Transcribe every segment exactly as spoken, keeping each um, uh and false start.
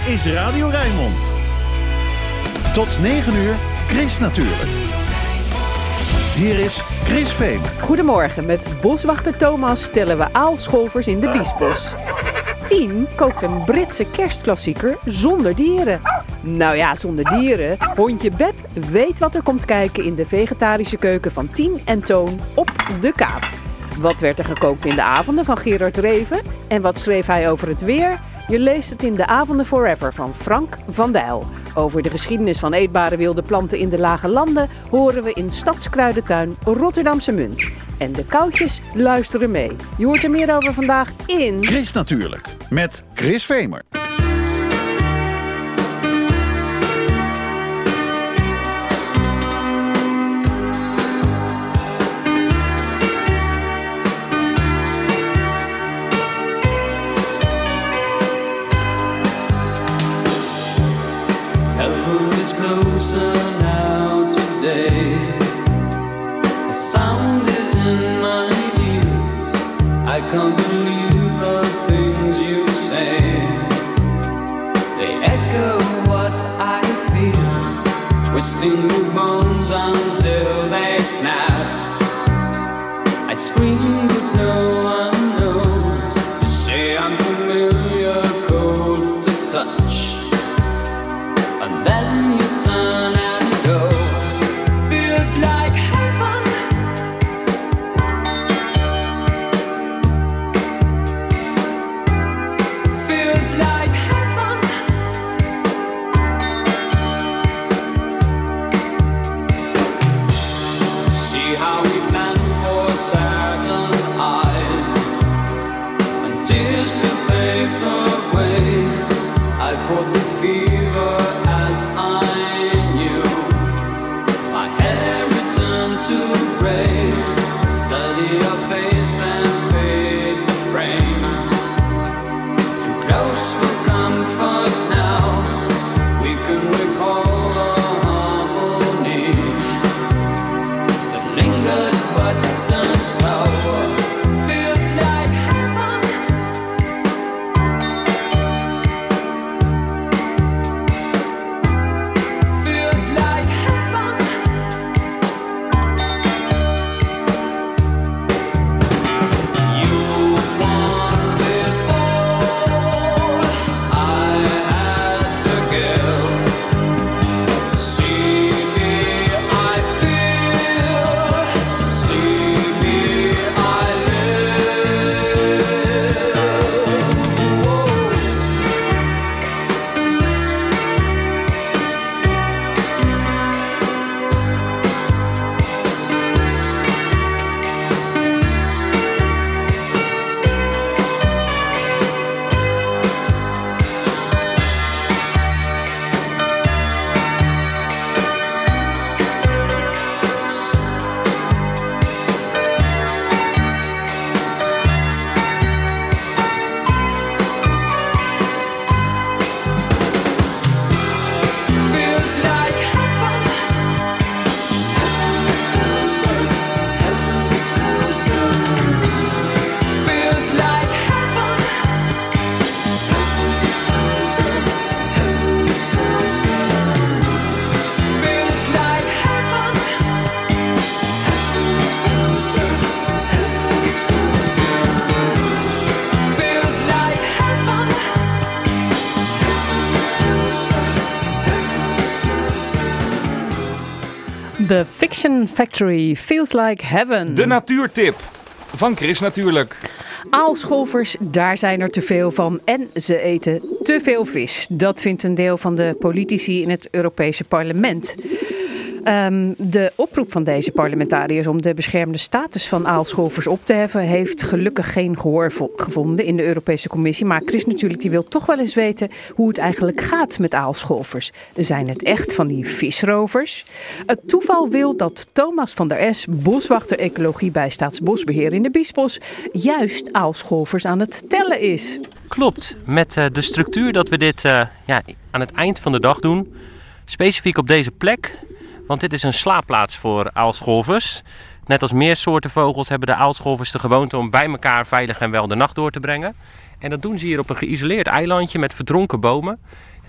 is Radio Rijnmond. Tot negen uur, Chris natuurlijk. Hier is Chris Vemer. Goedemorgen, met boswachter Thomas stellen we aalscholvers in de Biesbos. tien kookt een Britse kerstklassieker zonder dieren. Nou ja, zonder dieren. Hondje Beb weet wat er komt kijken in de vegetarische keuken van Tien en Toon op de Kaap. Wat werd er gekookt in de avonden van Gerard Reven? En wat schreef hij over het weer? Je leest het in de Avonden Forever van Frank van Dijl. Over de geschiedenis van eetbare wilde planten in de lage landen horen we in Stadskruidentuin Rotterdamse Munt. En de koudjes luisteren mee. Je hoort er meer over vandaag in... Chris natuurlijk, met Chris Vemer. The Fiction Factory feels like heaven. De natuurtip van Chris natuurlijk. Aalscholvers, daar zijn er te veel van en ze eten te veel vis. Dat vindt een deel van de politici in het Europese parlement. Um, de oproep van deze parlementariërs om de beschermde status van aalscholvers op te heffen heeft gelukkig geen gehoor vo- gevonden in de Europese Commissie. Maar Chris natuurlijk die wil toch wel eens weten hoe het eigenlijk gaat met aalscholvers. Zijn het echt van die visrovers? Het toeval wil dat Thomas van der Es, boswachter ecologie bij Staatsbosbeheer in de Biesbos, juist aalscholvers aan het tellen is. Klopt, met uh, de structuur dat we dit uh, ja, aan het eind van de dag doen. Specifiek op deze plek. Want dit is een slaapplaats voor aalscholvers. Net als meer soorten vogels hebben de aalscholvers de gewoonte om bij elkaar veilig en wel de nacht door te brengen. En dat doen ze hier op een geïsoleerd eilandje met verdronken bomen.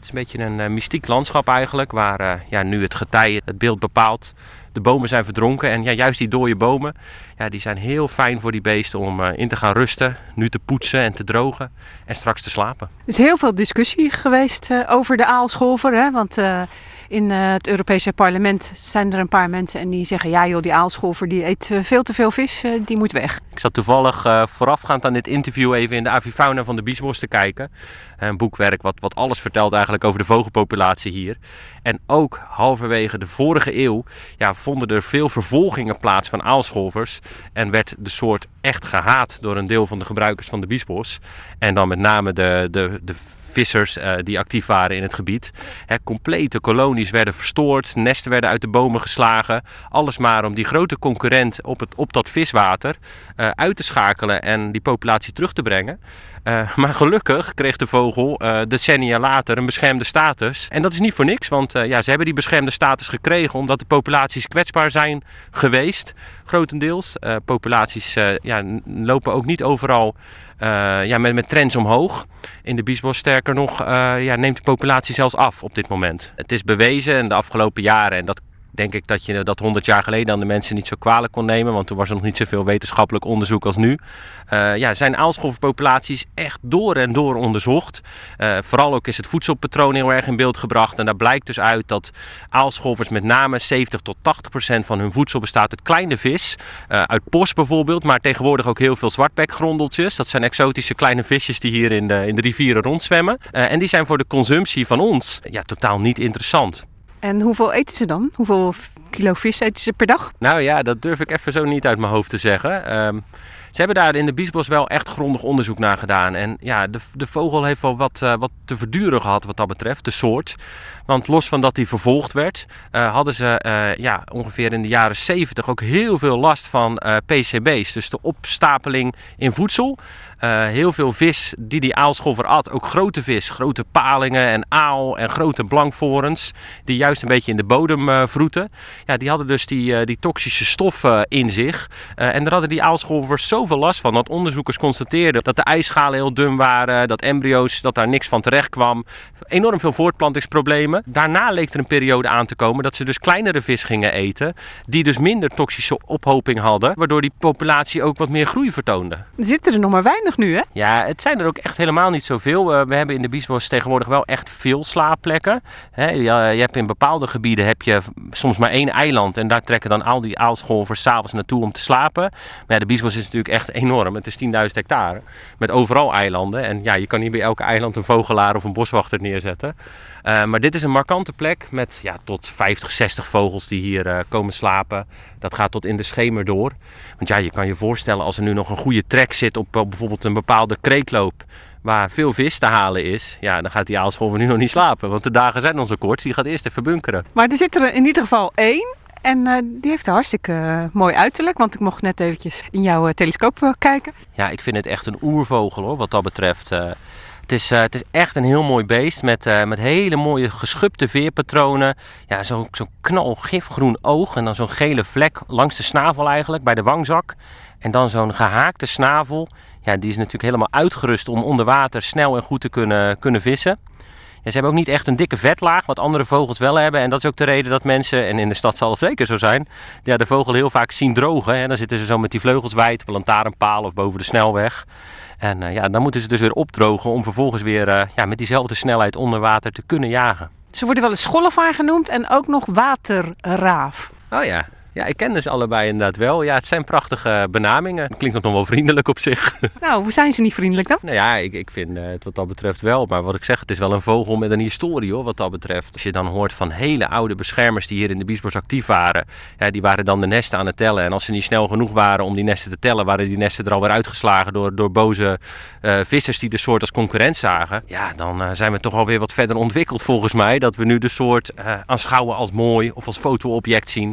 is een beetje een uh, mystiek landschap eigenlijk, waar uh, ja, nu het getij het beeld bepaalt. De bomen zijn verdronken en ja, juist die dode bomen, ja, die zijn heel fijn voor die beesten om uh, in te gaan rusten, nu te poetsen en te drogen en straks te slapen. Er is heel veel discussie geweest uh, over de aalscholver, hè? Want uh, in uh, het Europese parlement zijn er een paar mensen en die zeggen, ja joh, die aalscholver die eet uh, veel te veel vis, uh, die moet weg. Ik zat toevallig uh, voorafgaand aan dit interview even in de avifauna van de Biesbos te kijken. Een boekwerk wat, wat alles vertelt eigenlijk over de vogelpopulatie hier. En ook halverwege de vorige eeuw ja, vonden er veel vervolgingen plaats van aalscholvers. En werd de soort echt gehaat door een deel van de gebruikers van de Biesbos. En dan met name de, de, de vissers uh, die actief waren in het gebied. He, complete kolonies werden verstoord, nesten werden uit de bomen geslagen. Alles maar om die grote concurrent op, het, op dat viswater uh, uit te schakelen en die populatie terug te brengen. Uh, maar gelukkig kreeg de vogel uh, decennia later een beschermde status. En dat is niet voor niks, want uh, ja, ze hebben die beschermde status gekregen omdat de populaties kwetsbaar zijn geweest, grotendeels. Uh, populaties uh, ja, lopen ook niet overal uh, ja, met, met trends omhoog. In de Biesbos sterker nog uh, ja, neemt de populatie zelfs af op dit moment. Het is bewezen in de afgelopen jaren en dat denk ik dat je dat honderd jaar geleden aan de mensen niet zo kwalijk kon nemen, want toen was er nog niet zoveel wetenschappelijk onderzoek als nu. Uh, ja, zijn aalscholverpopulaties echt door en door onderzocht. Uh, vooral ook is het voedselpatroon heel erg in beeld gebracht en daar blijkt dus uit dat aalscholvers met name zeventig tot tachtig procent van hun voedsel bestaat uit kleine vis, uh, uit pos bijvoorbeeld, maar tegenwoordig ook heel veel zwartbekgrondeltjes. Dat zijn exotische kleine visjes die hier in de, in de rivieren rondzwemmen. Uh, en die zijn voor de consumptie van ons ja, totaal niet interessant. En hoeveel eten ze dan? Hoeveel kilo vis eten ze per dag? Nou ja, dat durf ik even zo niet uit mijn hoofd te zeggen. Um, ze hebben daar in de Biesbos wel echt grondig onderzoek naar gedaan. En ja, de, de vogel heeft wel wat, uh, wat te verduren gehad wat dat betreft, de soort. Want los van dat hij vervolgd werd, uh, hadden ze uh, ja, ongeveer in de jaren zeventig ook heel veel last van uh, P C B's. Dus de opstapeling in voedsel. Uh, heel veel vis die die aalscholver at, ook grote vis, grote palingen en aal en grote blankvorens, die juist een beetje in de bodem uh, vroeten. Ja, die hadden dus die, uh, die toxische stoffen in zich. Uh, en daar hadden die aalscholvers zoveel last van, dat onderzoekers constateerden dat de ijsschalen heel dun waren, dat embryo's, dat daar niks van terecht kwam. Enorm veel voortplantingsproblemen. Daarna leek er een periode aan te komen dat ze dus kleinere vis gingen eten, die dus minder toxische ophoping hadden, waardoor die populatie ook wat meer groei vertoonde. Er zitten er nog maar weinig nu, hè? Ja, het zijn er ook echt helemaal niet zoveel. Uh, we hebben in de Biesbos tegenwoordig wel echt veel slaapplekken. He, je, je hebt in bepaalde gebieden heb je soms maar één eiland en daar trekken dan al die aalscholvers 's avonds naartoe om te slapen. Maar ja, de Biesbos is natuurlijk echt enorm. Het is tienduizend hectare met overal eilanden. En ja, je kan niet bij elke eiland een vogelaar of een boswachter neerzetten. Uh, maar dit is een markante plek met ja, tot vijftig, zestig vogels die hier uh, komen slapen. Dat gaat tot in de schemer door. Want ja, je kan je voorstellen als er nu nog een goede trek zit op, op bijvoorbeeld een bepaalde kreekloop waar veel vis te halen is, ja, dan gaat die aalscholver nu nog niet slapen. Want de dagen zijn al zo kort, die gaat eerst even bunkeren. Maar er zit er in ieder geval één. En uh, die heeft een hartstikke uh, mooi uiterlijk, want ik mocht net eventjes in jouw uh, telescoop uh, kijken. Ja, ik vind het echt een oervogel hoor, wat dat betreft. Uh, Het is, uh, het is echt een heel mooi beest met, uh, met hele mooie geschubte veerpatronen. Ja, zo'n zo knal gifgroen oog en dan zo'n gele vlek langs de snavel eigenlijk, bij de wangzak. En dan zo'n gehaakte snavel. Ja, die is natuurlijk helemaal uitgerust om onder water snel en goed te kunnen, kunnen vissen. Ja, ze hebben ook niet echt een dikke vetlaag, wat andere vogels wel hebben. En dat is ook de reden dat mensen, en in de stad zal het zeker zo zijn, ja, de vogel heel vaak zien drogen. Hè. Dan zitten ze zo met die vleugels wijd op een lantaarnpaal of boven de snelweg. En uh, ja, dan moeten ze dus weer opdrogen om vervolgens weer uh, ja, met diezelfde snelheid onder water te kunnen jagen. Ze worden wel eens schollevaar genoemd en ook nog waterraaf. Oh ja. Ja, ik ken ze allebei inderdaad wel. Ja, het zijn prachtige benamingen. Het klinkt nog wel vriendelijk op zich. Nou, hoe zijn ze niet vriendelijk dan? Nou ja, ik, ik vind het wat dat betreft wel. Maar wat ik zeg, het is wel een vogel met een historie hoor, wat dat betreft. Als je dan hoort van hele oude beschermers die hier in de Biesbos actief waren. Ja, die waren dan de nesten aan het tellen. En als ze niet snel genoeg waren om die nesten te tellen, waren die nesten er alweer uitgeslagen door, door boze uh, vissers die de soort als concurrent zagen. Ja, dan uh, zijn we toch alweer wat verder ontwikkeld volgens mij. Dat we nu de soort uh, aanschouwen als mooi of als fotoobject zien.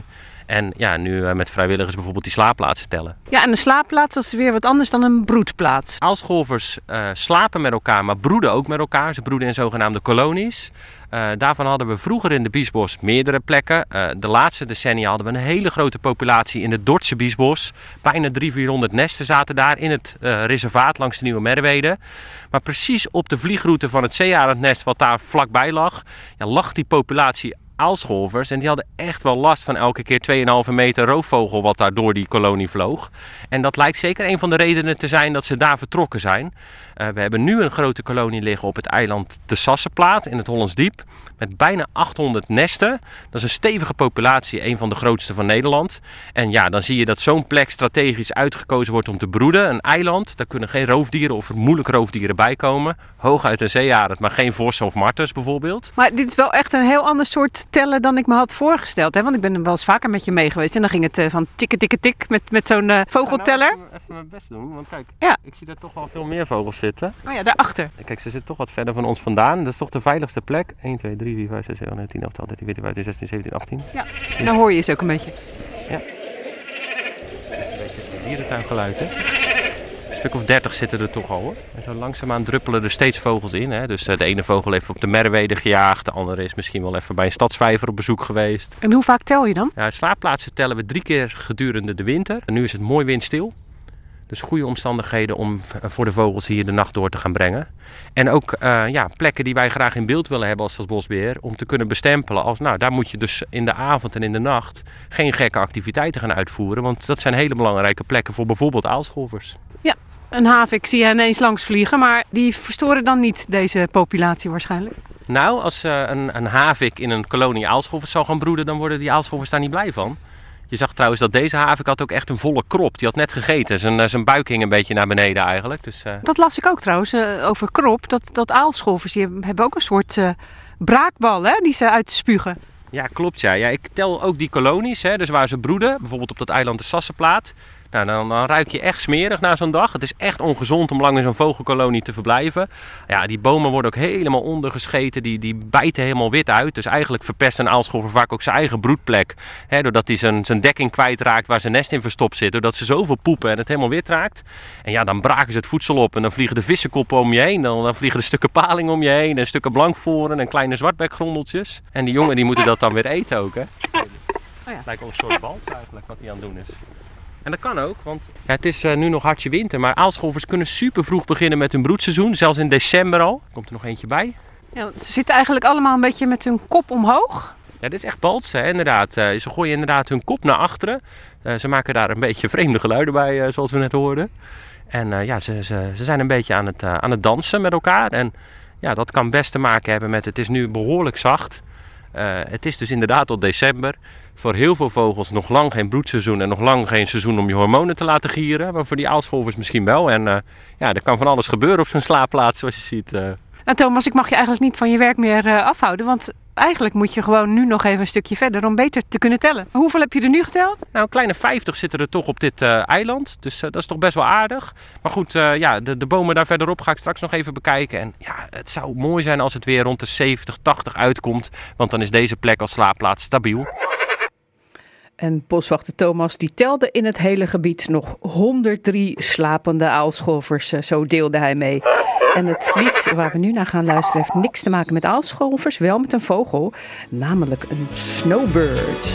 En ja, nu uh, met vrijwilligers bijvoorbeeld die slaapplaatsen tellen. Ja, en een slaapplaats dat is weer wat anders dan een broedplaats. Aalscholvers uh, slapen met elkaar, maar broeden ook met elkaar. Ze broeden in zogenaamde kolonies. Uh, daarvan hadden we vroeger in de Biesbos meerdere plekken. Uh, de laatste decennia hadden we een hele grote populatie in het Dordtse Biesbos. Bijna driehonderd, vierhonderd nesten zaten daar in het uh, reservaat langs de Nieuwe Merwede. Maar precies op de vliegroute van het zeearendnest wat daar vlakbij lag, ja, lag die populatie aalscholvers. En die hadden echt wel last van elke keer twee komma vijf meter roofvogel wat daar door die kolonie vloog. En dat lijkt zeker een van de redenen te zijn dat ze daar vertrokken zijn. Uh, we hebben nu een grote kolonie liggen op het eiland de Sassenplaat in het Hollands Diep. Met bijna achthonderd nesten. Dat is een stevige populatie, een van de grootste van Nederland. En ja, dan zie je dat zo'n plek strategisch uitgekozen wordt om te broeden. Een eiland, daar kunnen geen roofdieren of vermoedelijk roofdieren bij komen. Hooguit een zeearend, maar geen vossen of marters bijvoorbeeld. Maar dit is wel echt een heel ander soort tellen dan ik me had voorgesteld. Hè? Want ik ben er wel eens vaker met je mee geweest. En dan ging het uh, van tikke, tikke, tik met, met zo'n uh, vogelteller. Ja, nou, even, even mijn best doen, want kijk, ja. Ik zie daar toch wel veel meer vogels zitten. Oh ja, daarachter. Kijk, ze zitten toch wat verder van ons vandaan. Dat is toch de veiligste plek. één, twee, drie, vier, vijf, zes, zeven, acht, negen, tien, elf, twaalf, dertien, veertien, vijftien, zestien, zeventien, achttien. Ja, en dan hoor je ze ook een beetje. Ja. Een beetje zo'n dierentuingeluid, hè. Een stuk of dertig zitten er toch al, hoor. En zo langzaamaan druppelen er steeds vogels in, hè. Dus uh, de ene vogel heeft op de Merwede gejaagd. De andere is misschien wel even bij een stadsvijver op bezoek geweest. En hoe vaak tel je dan? Ja, slaapplaatsen tellen we drie keer gedurende de winter. En nu is het mooi windstil. Dus goede omstandigheden om voor de vogels hier de nacht door te gaan brengen. En ook uh, ja, plekken die wij graag in beeld willen hebben als Staatsbosbeheer. Om te kunnen bestempelen als, nou, daar moet je dus in de avond en in de nacht geen gekke activiteiten gaan uitvoeren. Want dat zijn hele belangrijke plekken voor bijvoorbeeld aalscholvers. Ja, een havik zie je ineens langs vliegen, maar die verstoren dan niet deze populatie waarschijnlijk? Nou, als uh, een, een havik in een kolonie aalscholvers zou gaan broeden, dan worden die aalscholvers daar niet blij van. Je zag trouwens dat deze havik had ook echt een volle krop. Die had net gegeten. Zijn, zijn buik hing een beetje naar beneden eigenlijk. Dus, uh... Dat las ik ook trouwens, uh, over krop. Dat, dat aalscholvers, die hebben ook een soort uh, braakbal, hè, die ze uitspugen. Ja, klopt. Ja. Ja, ik tel ook die kolonies, hè, dus waar ze broeden. Bijvoorbeeld op dat eiland de Sassenplaat. Nou, dan, dan ruik je echt smerig na zo'n dag. Het is echt ongezond om lang in zo'n vogelkolonie te verblijven. Ja, die bomen worden ook helemaal ondergescheten. Die, die bijten helemaal wit uit. Dus eigenlijk verpest een aalscholver vaak ook zijn eigen broedplek. Hè, doordat hij zijn, zijn dekking kwijtraakt waar zijn nest in verstopt zit. Doordat ze zoveel poepen en het helemaal wit raakt. En ja, dan braken ze het voedsel op. En dan vliegen de vissenkoppen om je heen. Dan, dan vliegen er stukken paling om je heen. En stukken blankvoren en kleine zwartbekgrondeltjes. En die jongen die moeten dat dan weer eten ook, hè. Oh ja. Lijkt wel een soort bal eigenlijk wat hij aan het doen is. En dat kan ook, want ja, het is uh, nu nog hartje winter, maar aalscholvers kunnen super vroeg beginnen met hun broedseizoen. Zelfs in december al. Komt er nog eentje bij. Ja, ze zitten eigenlijk allemaal een beetje met hun kop omhoog. Ja, dit is echt baltsen, inderdaad. Uh, ze gooien inderdaad hun kop naar achteren. Uh, ze maken daar een beetje vreemde geluiden bij, uh, zoals we net hoorden. En uh, ja, ze, ze, ze zijn een beetje aan het, uh, aan het dansen met elkaar. En ja, dat kan best te maken hebben met, het is nu behoorlijk zacht. Uh, het is dus inderdaad tot december. Voor heel veel vogels nog lang geen broedseizoen en nog lang geen seizoen om je hormonen te laten gieren. Maar voor die aalscholvers misschien wel. En uh, ja, er kan van alles gebeuren op zo'n slaapplaats, zoals je ziet. Uh. Nou Thomas, ik mag je eigenlijk niet van je werk meer uh, afhouden. Want eigenlijk moet je gewoon nu nog even een stukje verder om beter te kunnen tellen. Hoeveel heb je er nu geteld? Nou, een kleine vijftig zitten er toch op dit uh, eiland. Dus uh, dat is toch best wel aardig. Maar goed, uh, ja, de, de bomen daar verderop ga ik straks nog even bekijken. En ja, het zou mooi zijn als het weer rond de zeventig, tachtig uitkomt. Want dan is deze plek als slaapplaats stabiel. En boswachter Thomas die telde in het hele gebied nog honderddrie slapende aalscholvers. Zo deelde hij mee. En het lied waar we nu naar gaan luisteren heeft niks te maken met aalscholvers, wel met een vogel, namelijk een snowbird.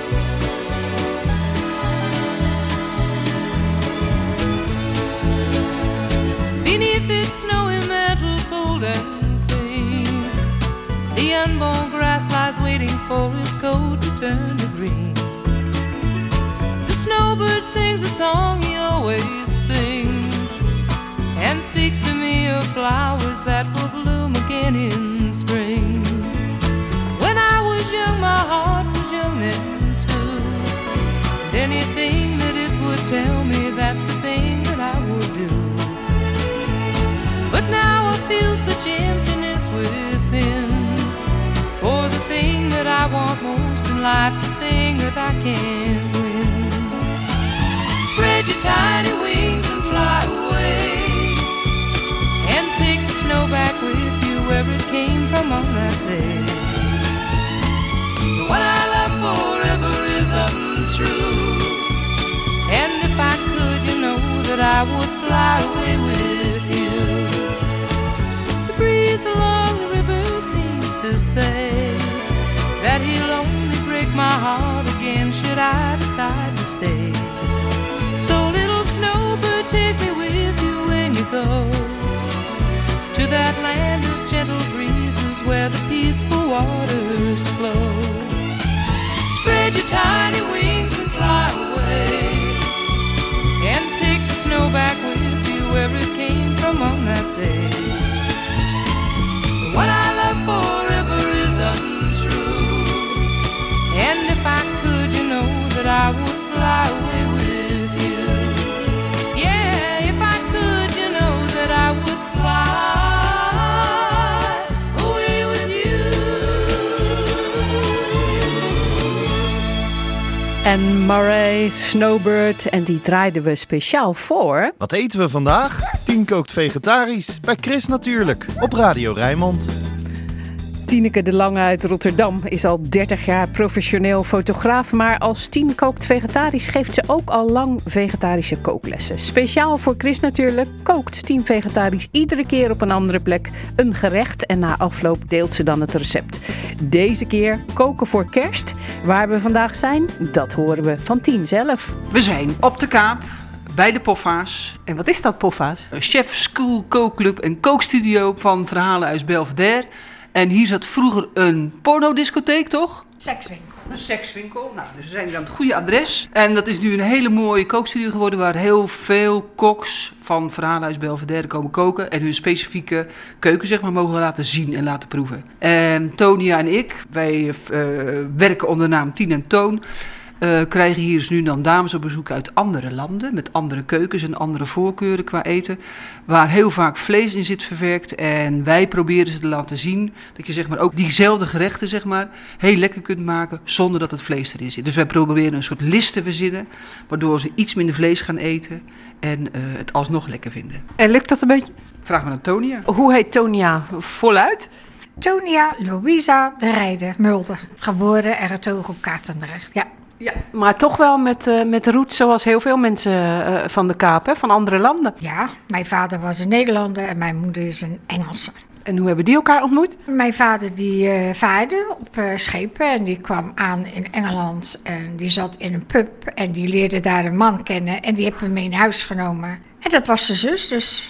Beneath its snowy metal cold and clean, the unborn grass lies waiting for its coat to turn to green. The snowbird sings a song he always sings, and speaks to me of flowers that will bloom again in spring. When I was young, my heart was young then too, and anything that it would tell me, that's the thing that I would do. But now I feel such emptiness within, for the thing that I want most in life's the thing that I can't win. Spread your tiny wings and fly away, and take the snow back with you where it came from on that day. What I love forever is up untrue. And if I could, you know that I would fly away with you. The breeze along the river seems to say that he'll only break my heart again should I decide to stay. So little snowbird, take me with you when you go to that land of gentle breezes where the peaceful waters flow. Spread your tiny wings and fly away, and take the snow back with you where it came from on that day. What I love forever is untrue, and if I could, you know that I would fly away with you. Yeah, if I could, you know that I would fly away with you. En Murray, Snowbird, en die draaiden we speciaal voor. Wat eten we vandaag? Tien kookt vegetarisch, bij Chris Natuurlijk, op Radio Rijnmond. Tineke de Lange uit Rotterdam is al dertig jaar professioneel fotograaf, maar als Tien kookt vegetarisch geeft ze ook al lang vegetarische kooklessen. Speciaal voor Chris Natuurlijk kookt Tien vegetarisch iedere keer op een andere plek een gerecht en na afloop deelt ze dan het recept. Deze keer koken voor kerst. Waar we vandaag zijn, dat horen we van Tien zelf. We zijn op de Kaap, bij de Poffa's. En wat is dat, Poffa's? Een chef, school, kookclub en kookstudio van Verhalen uit Belvedere. En hier zat vroeger een pornodiscotheek, toch? Sekswinkel. Een sekswinkel. Nou, dus we zijn hier aan het goede adres. En dat is nu een hele mooie kookstudio geworden waar heel veel koks van Verhalen uit Belvedere komen koken. En hun specifieke keuken, zeg maar, mogen laten zien en laten proeven. En Tonia en ik, wij uh, werken onder de naam Tien en Toon. Uh, krijgen hier dus nu dan dames op bezoek uit andere landen, met andere keukens en andere voorkeuren qua eten, waar heel vaak vlees in zit verwerkt. En wij proberen ze te laten zien dat je zeg maar ook diezelfde gerechten zeg maar heel lekker kunt maken zonder dat het vlees erin zit. Dus wij proberen een soort list te verzinnen, waardoor ze iets minder vlees gaan eten en uh, het alsnog lekker vinden. En lukt dat een beetje? Vraag maar aan Tonia. Hoe heet Tonia voluit? Tonia Louisa de Rijder Mulder. Geboren en getogen op Katendrecht. Ja. Ja, maar toch wel met, uh, met roots zoals heel veel mensen uh, van de Kaap, hè? Van andere landen. Ja, mijn vader was een Nederlander en mijn moeder is een Engelse. En hoe hebben die elkaar ontmoet? Mijn vader die uh, vaarde op uh, schepen en die kwam aan in Engeland. En die zat in een pub en die leerde daar een man kennen en die heeft hem mee in huis genomen. En dat was zijn zus, dus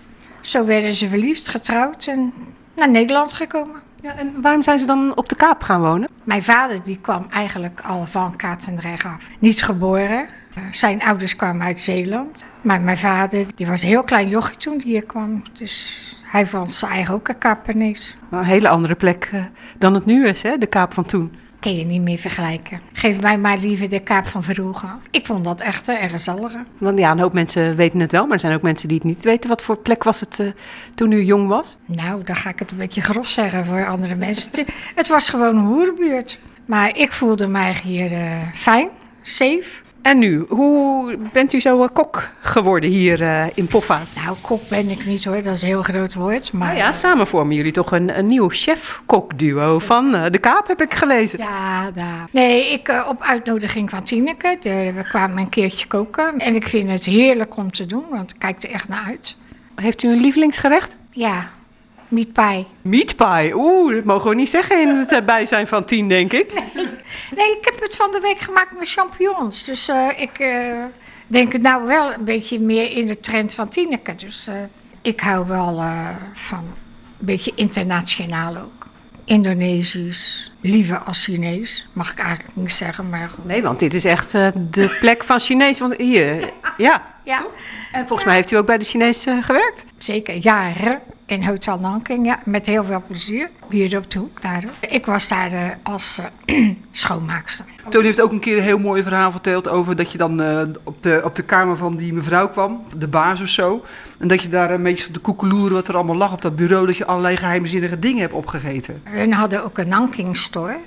zo werden ze verliefd, getrouwd en naar Nederland gekomen. Ja, en waarom zijn ze dan op de Kaap gaan wonen? Mijn vader die kwam eigenlijk al van Katendrecht af. Niet geboren. Uh, zijn ouders kwamen uit Zeeland. Maar mijn vader die was een heel klein jochie toen hij hier kwam. Dus hij vond zijn eigen ook een Kaapenees. Een hele andere plek uh, dan het nu is, hè? De Kaap van toen. Kun je niet meer vergelijken. Geef mij maar liever de Kaap van vroeger. Ik vond dat echt erg gezelliger. Want ja, een hoop mensen weten het wel, maar er zijn ook mensen die het niet weten. Wat voor plek was het uh, toen u jong was? Nou, dan ga ik het een beetje grof zeggen voor andere mensen. Het, het was gewoon een hoerenbuurt. Maar ik voelde mij hier uh, fijn, safe. En nu, hoe bent u zo uh, kok geworden hier uh, in Poffa's? Nou, kok ben ik niet hoor, dat is een heel groot woord. Maar nou ja, samen vormen jullie toch een, een nieuw chef-kok-duo van uh, de Kaap, heb ik gelezen. Ja, daar. Nee, ik uh, op uitnodiging van Tineke. De, we kwamen een keertje koken. En ik vind het heerlijk om te doen, want ik kijk er echt naar uit. Heeft u een lievelingsgerecht? Ja, meat pie. Meat pie, oeh, dat mogen we niet zeggen in het bijzijn van Tien, denk ik. Nee, nee, ik heb het van de week gemaakt met champignons. Dus uh, ik uh, denk het nou wel een beetje meer in de trend van Tineke. Dus uh, ik hou wel uh, van een beetje internationaal ook. Indonesisch, liever als Chinees, mag ik eigenlijk niet zeggen. Maar goed. Nee, want dit is echt uh, de plek van Chinees. Want hier, ja. Ja. En volgens mij heeft u ook bij de Chinees uh, gewerkt? Zeker, jaren. In Hotel Nanking, ja, met heel veel plezier. Hier op de hoek, daar. Ik was daar uh, als uh, schoonmaakster. Tony heeft ook een keer een heel mooi verhaal verteld over dat je dan uh, op, de, op de kamer van die mevrouw kwam, de baas of zo. En dat je daar een beetje de koekeloeren wat er allemaal lag op dat bureau, dat je allerlei geheimzinnige dingen hebt opgegeten. We hadden ook een Nanking store.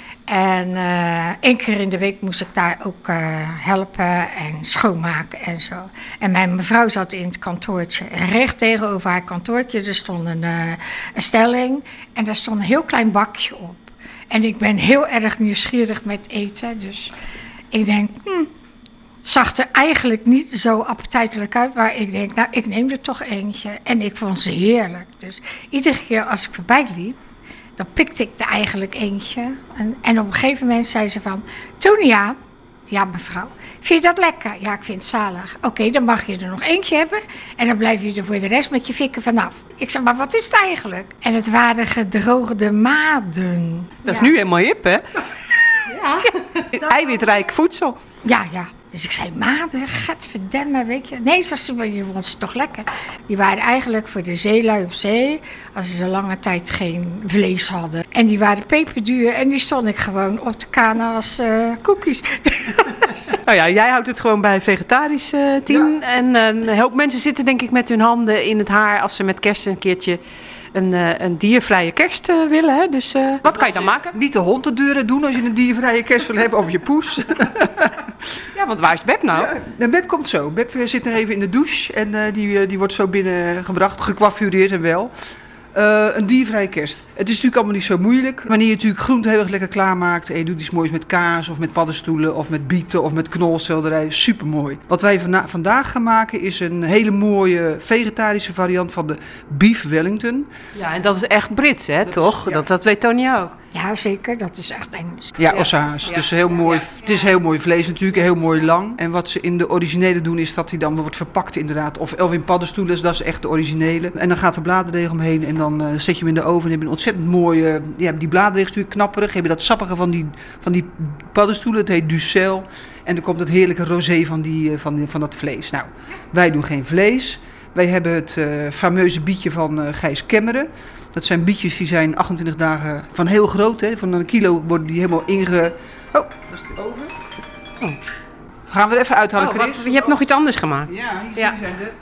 En uh, één keer in de week moest ik daar ook uh, helpen en schoonmaken en zo. En mijn mevrouw zat in het kantoortje. En recht tegenover haar kantoortje, er stond een, uh, een stelling. En daar stond een heel klein bakje op. En ik ben heel erg nieuwsgierig met eten, dus ik denk, hm, zag er eigenlijk niet zo appetijtelijk uit. Maar ik denk, nou, ik neem er toch eentje. En ik vond ze heerlijk. Dus iedere keer als ik voorbij liep, dan pikte ik er eigenlijk eentje. En, en op een gegeven moment zei ze van, Tonia, ja mevrouw, vind je dat lekker? Ja, ik vind het zalig. Oké, okay, dan mag je er nog eentje hebben. En dan blijf je er voor de rest met je fikken vanaf. Ik zeg, maar wat is het eigenlijk? En het waren gedroogde maden. Dat is ja. nu helemaal hip, hè? Ja. Eiwitrijk voedsel. Ja, ja. Dus ik zei, maden, gadverdamme, weet je. Nee, ze, je vond ze toch lekker. Die waren eigenlijk voor de zeelui op zee, als ze zo lange tijd geen vlees hadden. En die waren peperduur en die stond ik gewoon op de kanen als uh, koekjes. Nou ja, jij houdt het gewoon bij vegetarisch, uh, Tien. Ja. En uh, een hoop mensen zitten denk ik met hun handen in het haar als ze met kerst een keertje een, uh, een diervrije kerst uh, willen. Hè? Dus uh, wat kan je dan maken? Niet de hond de deuren doen als je een diervrije kerst wil hebben over je poes. Ja, want waar is Beb nou? Ja, Beb komt zo. Beb zit nog even in de douche en uh, die, die wordt zo binnengebracht, gekwafureerd en wel. Uh, een diervrije kerst. Het is natuurlijk allemaal niet zo moeilijk. Wanneer je natuurlijk groente heel erg lekker klaarmaakt en je doet iets moois met kaas of met paddenstoelen of met bieten of met knolselderij, super mooi. Wat wij vana- vandaag gaan maken is een hele mooie vegetarische variant van de Beef Wellington. Ja, en dat is echt Brits, hè, dat toch? Is, ja. dat, dat weet Tonia ook. Ja, zeker. Dat is echt Engels. Ja, ossehaas. Ja. Dus heel mooi. Ja. Het is heel mooi vlees natuurlijk, heel mooi lang. En wat ze in de originele doen is dat hij dan wordt verpakt inderdaad. Of, of in paddenstoelen, dat is echt de originele. En dan gaat de bladerdeeg omheen en dan uh, zet je hem in de oven. En heb je een ontzettend mooie, ja, die bladerdeeg is natuurlijk knapperig. Heb je dat sappige van die, van die paddenstoelen, het heet ducel. En dan komt het heerlijke rosé van, die, van, die, van dat vlees. Nou, wij doen geen vlees. Wij hebben het uh, fameuze bietje van uh, Gijs Kemmeren. Dat zijn bietjes die zijn achtentwintig dagen van heel groot. Hè? Van een kilo worden die helemaal inge... Oh, dat is de oven. Oh. Gaan we er even uithalen, oh, Chris? Wat, je hebt nog iets anders gemaakt. Ja, hier ja. zijn de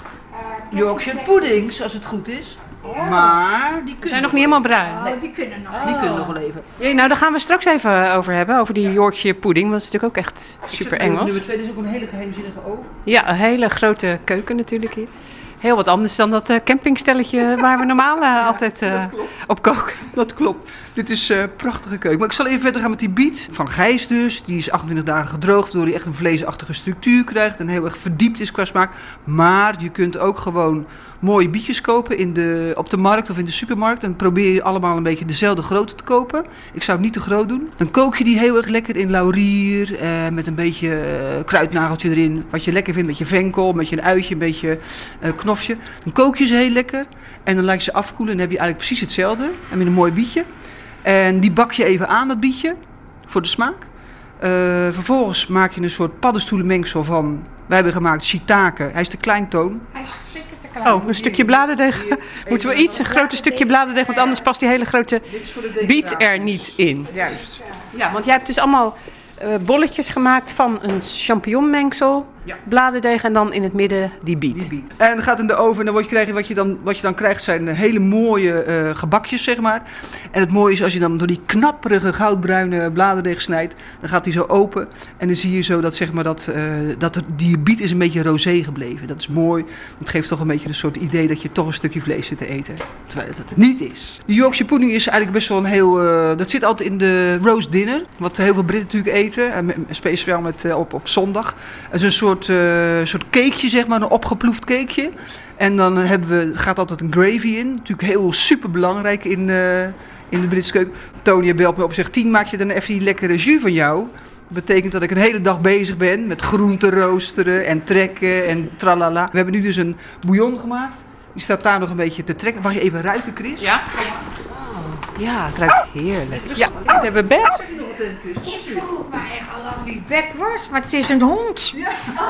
Yorkshire puddings, als het goed is. Oh. Maar die kunnen zijn nog niet helemaal bruin. Oh, die kunnen nog. Oh. Die kunnen nog wel even. Ja, nou, daar gaan we straks even over hebben, over die Yorkshire pudding. Want dat is natuurlijk ook echt super Engels. Nummer twee is ook een hele geheimzinnige oven. Ja, een hele grote keuken natuurlijk hier. Heel wat anders dan dat uh, campingstelletje waar we normaal uh, ja, altijd uh, op koken. Dat klopt. Dit is een uh, prachtige keuken. Maar ik zal even verder gaan met die biet van Gijs dus. Die is achtentwintig dagen gedroogd, waardoor hij echt een vleesachtige structuur krijgt. En heel erg verdiept is qua smaak. Maar je kunt ook gewoon mooie bietjes kopen in de, op de markt of in de supermarkt. En probeer je allemaal een beetje dezelfde grootte te kopen. Ik zou het niet te groot doen. Dan kook je die heel erg lekker in laurier. Eh, met een beetje uh, kruidnageltje erin. Wat je lekker vindt met je venkel, met je een uitje, een beetje uh, knofje. Dan kook je ze heel lekker. En dan laat je ze afkoelen. En dan heb je eigenlijk precies hetzelfde. En met een mooi bietje. En die bak je even aan, dat bietje. Voor de smaak. Uh, vervolgens maak je een soort paddenstoelenmengsel van... Wij hebben gemaakt shiitake. Hij is te klein, Toon. Hij is zeker te klein. Oh, een stukje bladerdeeg. Moeten we iets, een groter stukje bladerdeeg, want anders past die hele grote biet er niet in. Juist. Ja, want jij hebt dus allemaal uh, bolletjes gemaakt van een champignonmengsel, ja. bladerdeeg en dan in het midden die biet. Die biet. En dat gaat in de oven en dan wat je, krijgt, wat je, dan, wat je dan krijgt zijn hele mooie uh, gebakjes, zeg maar. En het mooie is als je dan door die knapperige goudbruine bladerdeeg snijdt, dan gaat die zo open en dan zie je zo dat, zeg maar, dat, uh, dat die biet is een beetje rosé gebleven. Dat is mooi. Dat geeft toch een beetje een soort idee dat je toch een stukje vlees zit te eten, terwijl het het niet is. De Yorkshire pudding is eigenlijk best wel een heel... Uh, dat zit altijd in de roast dinner, wat heel veel Britten natuurlijk eten, en speciaal met, uh, op, op zondag. Het is een soort Een uh, soort cakeje, zeg maar, een opgeploefd cakeje. En dan uh, hebben we, gaat altijd een gravy in. Natuurlijk heel super belangrijk in, uh, in de Britse keuken. Tonia belt me op en zegt, Tien, maak je dan even die lekkere jus van jou? Dat betekent dat ik een hele dag bezig ben met groenten roosteren en trekken en tralala. We hebben nu dus een bouillon gemaakt. Die staat daar nog een beetje te trekken. Mag je even ruiken, Chris? Ja. Oh, ja, het ruikt heerlijk. Ja, daar hebben we Beb. Ik vroeg me echt al af wie Beb was, maar het is een hond. Ja.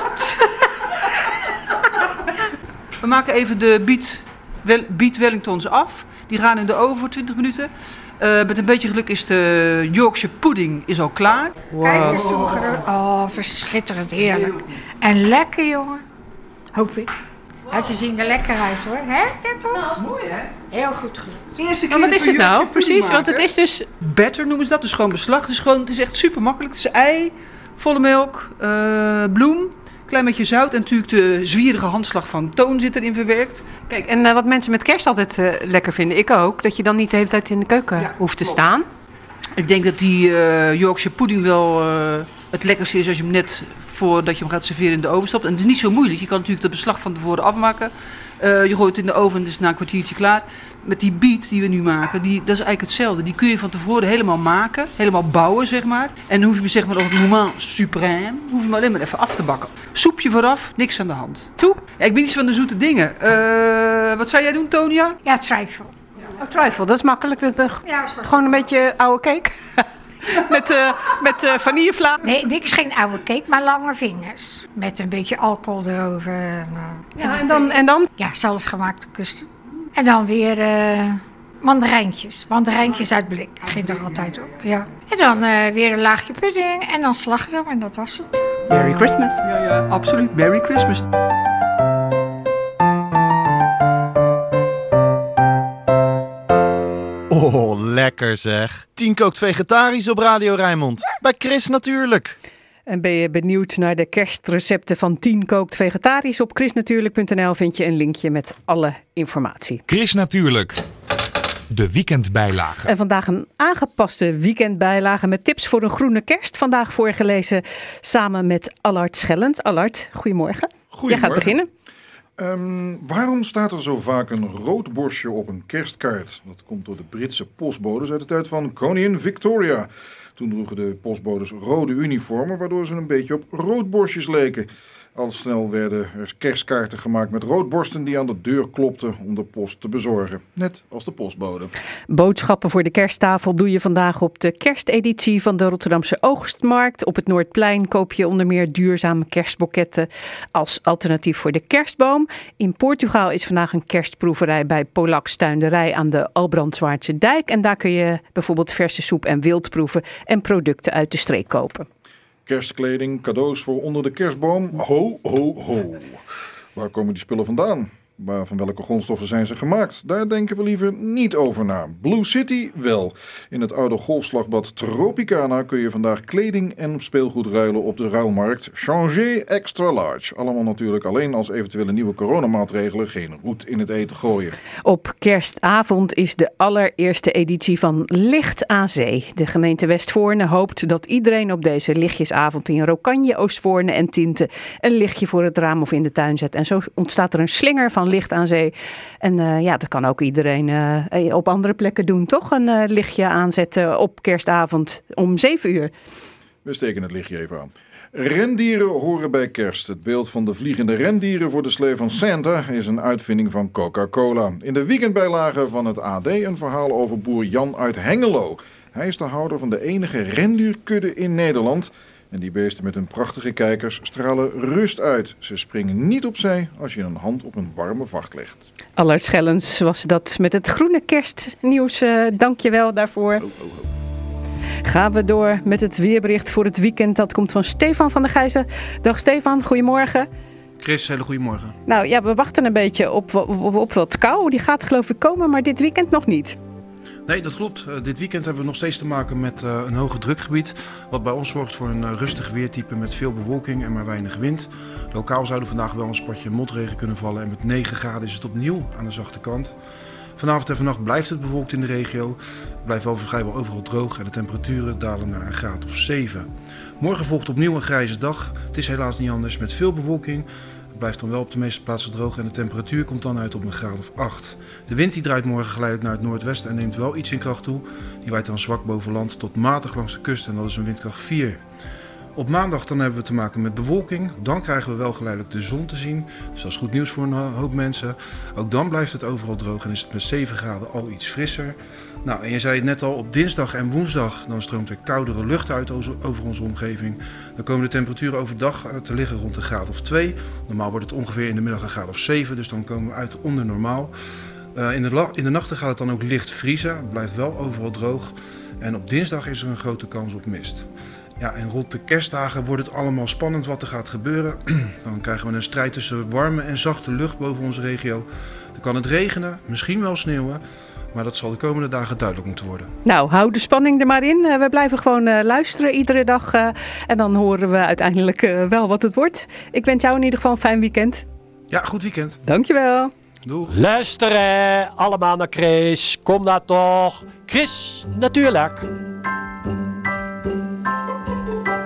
We maken even de beet, wel, beet Wellingtons af. Die gaan in de oven voor twintig minuten. Uh, met een beetje geluk is de Yorkshire pudding is al klaar. Wow. Kijk eens hoe groot. Oh, verschitterend heerlijk. En lekker, jongen. Hoop ik. Ja, ze zien er lekker uit, hoor. Hè? Ja, toch? Nou, mooi, hè? Heel goed gedaan. Eerste keer wat is het nou? Precies, want het is dus... Batter noemen ze dat, dus gewoon beslag. Het is, gewoon, het is echt super makkelijk. Het is ei, volle melk, uh, bloem, klein beetje zout en natuurlijk de zwierige handslag van Toon zit erin verwerkt. Kijk, en uh, wat mensen met kerst altijd uh, lekker vinden, ik ook, dat je dan niet de hele tijd in de keuken ja, hoeft te klopt. staan. Ik denk dat die uh, Yorkshire pudding wel uh, Het lekkerste is als je hem net voordat je hem gaat serveren in de oven stopt. En het is niet zo moeilijk. Je kan natuurlijk dat beslag van tevoren afmaken. Uh, je gooit het in de oven en het is na een kwartiertje klaar. Met die biet die we nu maken, die, dat is eigenlijk hetzelfde. Die kun je van tevoren helemaal maken, helemaal bouwen, zeg maar. En dan hoef je hem zeg maar op het moment suprême, hoef je hem alleen maar even af te bakken. Soepje vooraf, niks aan de hand. Toe? Ja, ik ben iets van de zoete dingen. Uh, wat zou jij doen, Tonia? Ja, trifle. Oh, trifle, dat is makkelijk. Dat is Ja, gewoon een beetje oude cake. met uh, met uh, vanillevla. Nee, niks, geen oude cake, maar lange vingers. Met een beetje alcohol erover. En, uh, ja, en, dan, en dan? Ja, zelfgemaakte custard. En dan weer uh, mandarijntjes. Mandarijntjes uit blik. Ging er altijd op, ja. En dan uh, weer een laagje pudding en dan slagroom en dat was het. Merry Christmas. Ja, ja, absoluut. Merry Christmas. Oh, lekker zeg. Tien kookt vegetarisch op Radio Rijnmond. Bij Chris natuurlijk. En ben je benieuwd naar de kerstrecepten van Tien kookt vegetarisch? Op chrisnatuurlijk punt n l vind je een linkje met alle informatie. Chris Natuurlijk. De weekendbijlage. En vandaag een aangepaste weekendbijlage met tips voor een groene kerst. Vandaag voorgelezen samen met Allard Schellens. Allard, goedemorgen. Goedemorgen. Jij gaat beginnen. Um, waarom staat er zo vaak een rood borstje op een kerstkaart? Dat komt door de Britse postbodes uit de tijd van koningin Victoria. Toen droegen de postbodes rode uniformen, waardoor ze een beetje op roodborstjes leken. Al snel werden er kerstkaarten gemaakt met roodborsten die aan de deur klopten om de post te bezorgen. Net als de postbode. Boodschappen voor de kersttafel doe je vandaag op de kersteditie van de Rotterdamse Oogstmarkt. Op het Noordplein koop je onder meer duurzame kerstboketten als alternatief voor de kerstboom. In Portugal is vandaag een kerstproeverij bij Polaks Tuinderij aan de Albrandswaardse Dijk. En daar kun je bijvoorbeeld verse soep en wild proeven en producten uit de streek kopen. Kerstkleding, cadeaus voor onder de kerstboom. Ho, ho, ho. Waar komen die spullen vandaan? Maar van welke grondstoffen zijn ze gemaakt? Daar denken we liever niet over na. Blue City wel. In het oude golfslagbad Tropicana kun je vandaag kleding en speelgoed ruilen op de ruilmarkt Changer Extra Large. Allemaal natuurlijk alleen als eventuele nieuwe coronamaatregelen geen roet in het eten gooien. Op kerstavond is de allereerste editie van Licht aan Zee. De gemeente Westvoorne hoopt dat iedereen op deze lichtjesavond in Rokanje, Oostvoorne en Tinte een lichtje voor het raam of in de tuin zet. En zo ontstaat er een slinger van licht aan zee. En uh, ja, dat kan ook iedereen uh, op andere plekken doen, toch? Een uh, lichtje aanzetten op kerstavond om zeven uur. We steken het lichtje even aan. Rendieren horen bij kerst. Het beeld van de vliegende rendieren voor de slee van Santa is een uitvinding van Coca-Cola. In de weekendbijlage van het A D een verhaal over boer Jan uit Hengelo. Hij is de houder van de enige rendierkudde in Nederland. En die beesten met hun prachtige kijkers stralen rust uit. Ze springen niet opzij als je een hand op een warme vacht legt. Allard Schellens was dat met het groene kerstnieuws. Uh, Dank je wel daarvoor. Oh, oh, oh. Gaan we door met het weerbericht voor het weekend. Dat komt van Stefan van der Gijzen. Dag Stefan, goedemorgen. Chris, hele goedemorgen. Nou ja, we wachten een beetje op, op, op wat kou. Die gaat geloof ik komen, maar dit weekend nog niet. Nee, dat klopt. Uh, dit weekend hebben we nog steeds te maken met uh, een hoge drukgebied. Wat bij ons zorgt voor een uh, rustig weertype met veel bewolking en maar weinig wind. Lokaal zou er vandaag wel een spatje motregen kunnen vallen. En met negen graden is het opnieuw aan de zachte kant. Vanavond en vannacht blijft het bewolkt in de regio. Het blijft wel vrijwel overal droog en de temperaturen dalen naar een graad of zeven. Morgen volgt opnieuw een grijze dag. Het is helaas niet anders met veel bewolking. Het blijft dan wel op de meeste plaatsen droog en de temperatuur komt dan uit op een graad of acht. De wind die draait morgen geleidelijk naar het noordwesten en neemt wel iets in kracht toe. Die waait dan zwak boven land tot matig langs de kust en dat is een windkracht vier. Op maandag dan hebben we te maken met bewolking. Dan krijgen we wel geleidelijk de zon te zien. Dus dat is goed nieuws voor een hoop mensen. Ook dan blijft het overal droog en is het met zeven graden al iets frisser. Nou, en je zei het net al, op dinsdag en woensdag dan stroomt er koudere lucht uit over onze omgeving. Dan komen de temperaturen overdag te liggen rond een graad of twee. Normaal wordt het ongeveer in de middag een graad of zeven, dus dan komen we uit onder normaal. Uh, in, de la- in de nachten gaat het dan ook licht vriezen. Het blijft wel overal droog. En op dinsdag is er een grote kans op mist. Ja, en rond de kerstdagen wordt het allemaal spannend wat er gaat gebeuren. Dan krijgen we een strijd tussen warme en zachte lucht boven onze regio. Dan kan het regenen, misschien wel sneeuwen. Maar dat zal de komende dagen duidelijk moeten worden. Nou, hou de spanning er maar in. Uh, we blijven gewoon uh, luisteren iedere dag. Uh, en dan horen we uiteindelijk uh, wel wat het wordt. Ik wens jou in ieder geval een fijn weekend. Ja, goed weekend. Dankjewel. Doeg. Luisteren allemaal naar Chris. Kom daar toch. Chris, natuurlijk.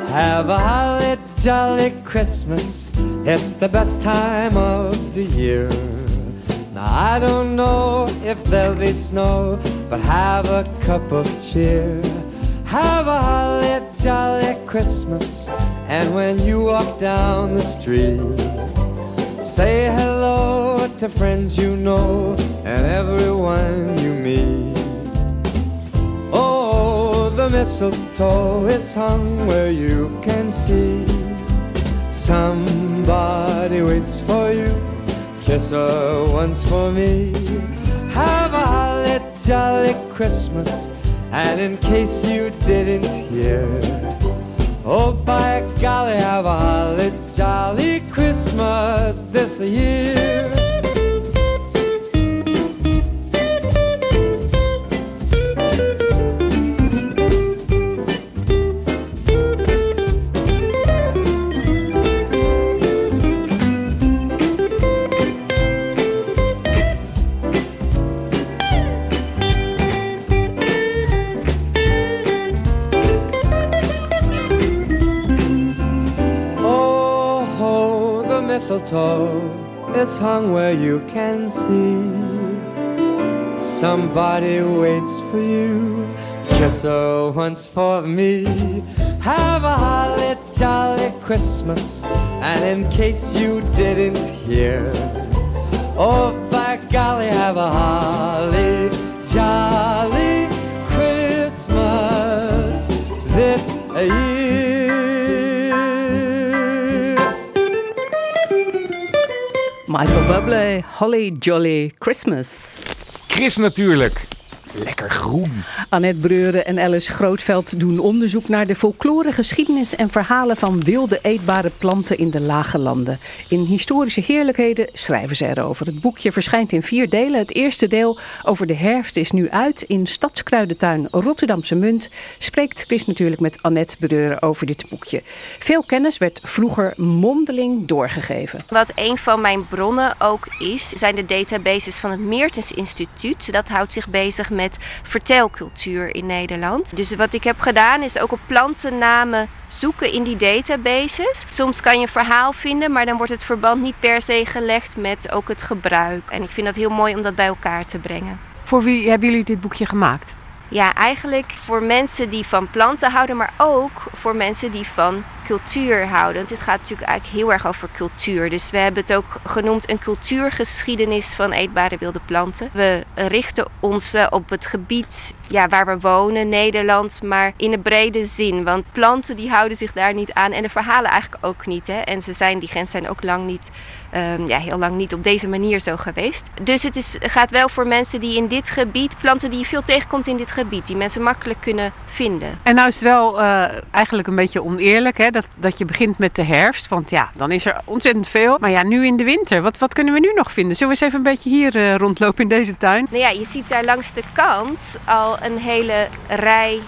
Have a holly jolly Christmas. It's the best time of the year. Now I don't know if there'll be snow, but have a cup of cheer. Have a holly jolly Christmas. And when you walk down the street, say hello to friends you know and everyone you meet. Oh, the mistletoe is hung where you can see. Somebody waits for you. Kiss her once for me. Have a holly jolly Christmas. And in case you didn't hear, oh, by golly, have a holly jolly Christmas this year. Mistletoe is hung where you can see. Somebody waits for you. Kiss her once for me. Have a holly jolly Christmas. And in case you didn't hear, oh, by golly, have a holly jolly Christmas this year. Michael Bublé, Holly Jolly Christmas. Chris natuurlijk. Lekker groen. Annette Breuren en Alice Grootveld doen onderzoek naar de folklore, geschiedenis en verhalen van wilde eetbare planten in de lage landen. In historische heerlijkheden schrijven ze erover. Het boekje verschijnt in vier delen. Het eerste deel over de herfst is nu uit. In Stadskruidentuin Rotterdamse Munt spreekt Chris natuurlijk met Annette Breuren over dit boekje. Veel kennis werd vroeger mondeling doorgegeven. Wat een van mijn bronnen ook is, zijn de databases van het Meertens Instituut. Dat houdt zich bezig met vertelcultuur in Nederland. Dus wat ik heb gedaan is ook op plantennamen zoeken in die databases. Soms kan je een verhaal vinden, maar dan wordt het verband niet per se gelegd met ook het gebruik. En ik vind dat heel mooi om dat bij elkaar te brengen. Voor wie hebben jullie dit boekje gemaakt? Ja, eigenlijk voor mensen die van planten houden, maar ook voor mensen die van cultuur houden. Want dit gaat natuurlijk eigenlijk heel erg over cultuur. Dus we hebben het ook genoemd een cultuurgeschiedenis van eetbare wilde planten. We richten ons op het gebied ja, waar we wonen, Nederland, maar in de brede zin. Want planten die houden zich daar niet aan en de verhalen eigenlijk ook niet. Hè? En ze zijn, die grenzen zijn ook lang niet, um, ja, heel lang niet op deze manier zo geweest. Dus het is, gaat wel voor mensen die in dit gebied, planten die je veel tegenkomt in dit gebied, die mensen makkelijk kunnen vinden. En nou is het wel uh, eigenlijk een beetje oneerlijk, hè? Dat, dat je begint met de herfst. Want ja, dan is er ontzettend veel. Maar ja, nu in de winter, wat, wat kunnen we nu nog vinden? Zullen we eens even een beetje hier uh, rondlopen in deze tuin? Nou ja, je ziet daar langs de kant al een hele rij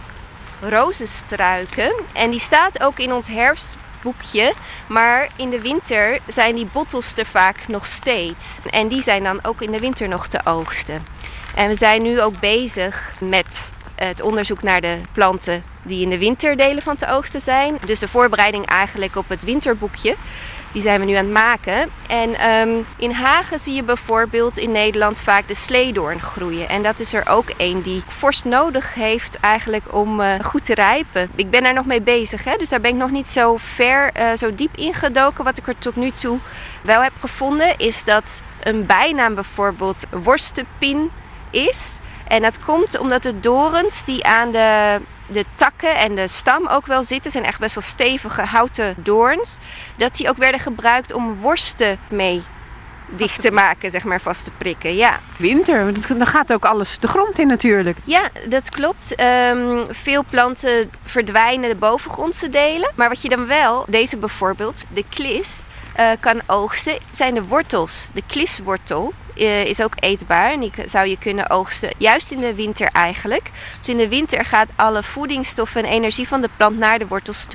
rozenstruiken. En die staat ook in ons herfstboekje. Maar in de winter zijn die bottels er vaak nog steeds. En die zijn dan ook in de winter nog te oogsten. En we zijn nu ook bezig met het onderzoek naar de planten die in de winterdelen van te oogsten zijn. Dus de voorbereiding eigenlijk op het winterboekje. Die zijn we nu aan het maken. En um, in Hagen zie je bijvoorbeeld in Nederland vaak de sleedoorn groeien. En dat is er ook één die vorst nodig heeft eigenlijk om uh, goed te rijpen. Ik ben daar nog mee bezig, hè? Dus daar ben ik nog niet zo ver, uh, zo diep ingedoken. Wat ik er tot nu toe wel heb gevonden is dat een bijnaam bijvoorbeeld worstenpin is. En dat komt omdat de dorens die aan de, de takken en de stam ook wel zitten, zijn echt best wel stevige houten doorns, dat die ook werden gebruikt om worsten mee dicht te maken, zeg maar, vast te prikken. Ja. Winter, dan gaat ook alles de grond in natuurlijk. Ja, dat klopt. Um, veel planten verdwijnen de bovengrondse delen. Maar wat je dan wel, deze bijvoorbeeld, de klis, uh, kan oogsten, zijn de wortels. De kliswortel uh, is ook eetbaar en die zou je kunnen oogsten juist in de winter eigenlijk. Want in de winter gaat alle voedingsstoffen en energie van de plant naar de wortels toe.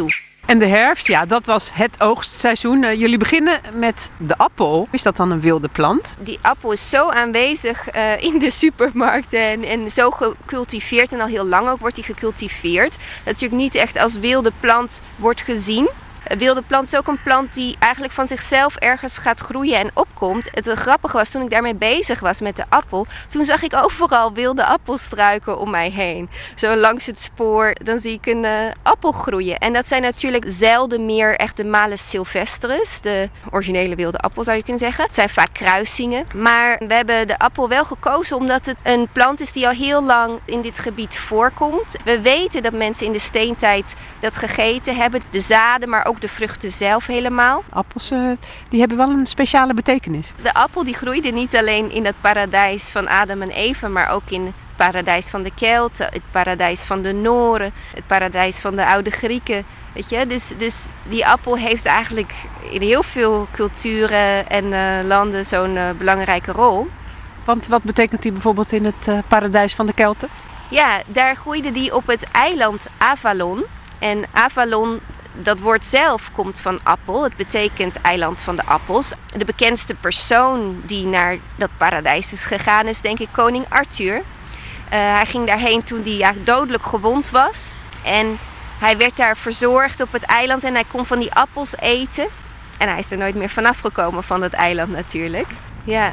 En de herfst, ja, dat was het oogstseizoen. Uh, jullie beginnen met de appel. Is dat dan een wilde plant? Die appel is zo aanwezig uh, in de supermarkten en, en zo gecultiveerd. En al heel lang ook wordt die gecultiveerd. Dat natuurlijk niet echt als wilde plant wordt gezien. Een wilde plant is ook een plant die eigenlijk van zichzelf ergens gaat groeien en opkomt. Het grappige was, toen ik daarmee bezig was met de appel, toen zag ik overal wilde appelstruiken om mij heen. Zo langs het spoor, dan zie ik een uh, appel groeien. En dat zijn natuurlijk zelden meer echt de Malus sylvestris, de originele wilde appel zou je kunnen zeggen. Het zijn vaak kruisingen. Maar we hebben de appel wel gekozen omdat het een plant is die al heel lang in dit gebied voorkomt. We weten dat mensen in de steentijd dat gegeten hebben, de zaden, maar ook de vruchten zelf helemaal. Appels uh, die hebben wel een speciale betekenis. De appel die groeide niet alleen in het paradijs van Adam en Eva, maar ook in het paradijs van de Kelten, het paradijs van de Noren, het paradijs van de oude Grieken. Weet je? Dus, dus die appel heeft eigenlijk in heel veel culturen en uh, landen zo'n uh, belangrijke rol. Want wat betekent die bijvoorbeeld in het uh, paradijs van de Kelten? Ja, daar groeide die op het eiland Avalon. En Avalon, dat woord zelf komt van appel. Het betekent eiland van de appels. De bekendste persoon die naar dat paradijs is gegaan is denk ik koning Arthur. Uh, hij ging daarheen toen hij eigenlijk dodelijk gewond was. En hij werd daar verzorgd op het eiland en hij kon van die appels eten. En hij is er nooit meer vanaf gekomen van dat eiland natuurlijk. Ja.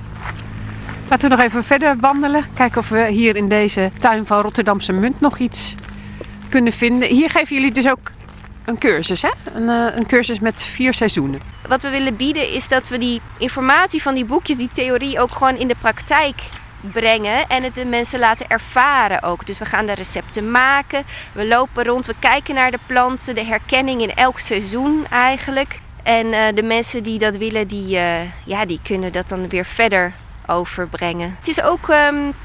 Laten we nog even verder wandelen. Kijken of we hier in deze tuin van Rotterdamse Munt nog iets kunnen vinden. Hier geven jullie dus ook een cursus, hè? Een, uh, een cursus met vier seizoenen. Wat we willen bieden is dat we die informatie van die boekjes, die theorie ook gewoon in de praktijk brengen en het de mensen laten ervaren ook. Dus we gaan de recepten maken, we lopen rond, we kijken naar de planten, de herkenning in elk seizoen eigenlijk. En uh, de mensen die dat willen, die, uh, ja, die kunnen dat dan weer verder overbrengen. Het is ook, um,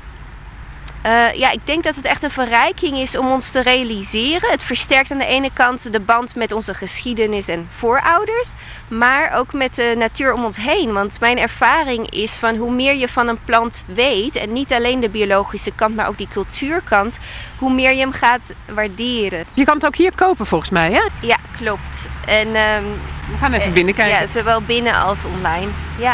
uh, ja, ik denk dat het echt een verrijking is om ons te realiseren. Het versterkt aan de ene kant de band met onze geschiedenis en voorouders, maar ook met de natuur om ons heen. Want mijn ervaring is van hoe meer je van een plant weet, en niet alleen de biologische kant, maar ook die cultuurkant, hoe meer je hem gaat waarderen. Je kan het ook hier kopen volgens mij, hè? Ja, klopt. En, um, we gaan even binnenkijken. Ja, zowel binnen als online. Ja.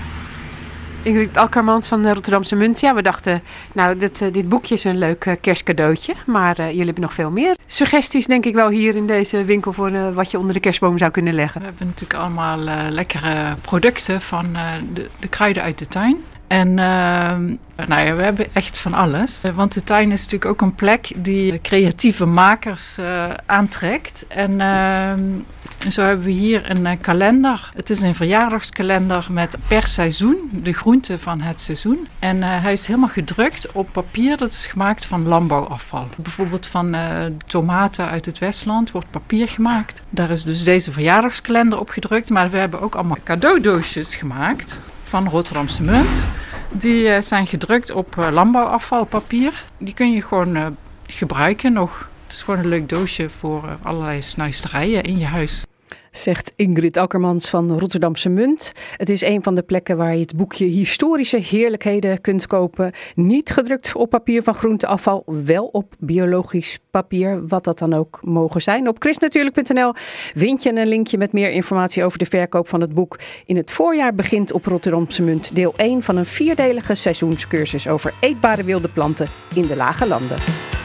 Ingrid Alkermans van de Rotterdamse Munt. Ja, we dachten, nou, dit, uh, dit boekje is een leuk uh, kerstcadeautje. Maar uh, jullie hebben nog veel meer suggesties, denk ik wel, hier in deze winkel voor uh, wat je onder de kerstboom zou kunnen leggen. We hebben natuurlijk allemaal uh, lekkere producten van uh, de, de kruiden uit de tuin. En uh, nou ja, we hebben echt van alles. Want de tuin is natuurlijk ook een plek die creatieve makers uh, aantrekt. En uh, zo hebben we hier een uh, kalender. Het is een verjaardagskalender met per seizoen de groenten van het seizoen. En uh, hij is helemaal gedrukt op papier. Dat is gemaakt van landbouwafval. Bijvoorbeeld van uh, tomaten uit het Westland wordt papier gemaakt. Daar is dus deze verjaardagskalender op gedrukt. Maar we hebben ook allemaal cadeaudoosjes gemaakt van Rotterdamse Munt. Die uh, zijn gedrukt op uh, landbouwafvalpapier. Die kun je gewoon uh, gebruiken nog. Het is gewoon een leuk doosje voor uh, allerlei snuisterijen in je huis. Zegt Ingrid Alkermans van Rotterdamse Munt. Het is een van de plekken waar je het boekje Historische Heerlijkheden kunt kopen. Niet gedrukt op papier van groenteafval, wel op biologisch papier, wat dat dan ook mogen zijn. Op chrisnatuurlijk punt n l vind je een linkje met meer informatie over de verkoop van het boek. In het voorjaar begint op Rotterdamse Munt deel één van een vierdelige seizoenscursus over eetbare wilde planten in de lage landen.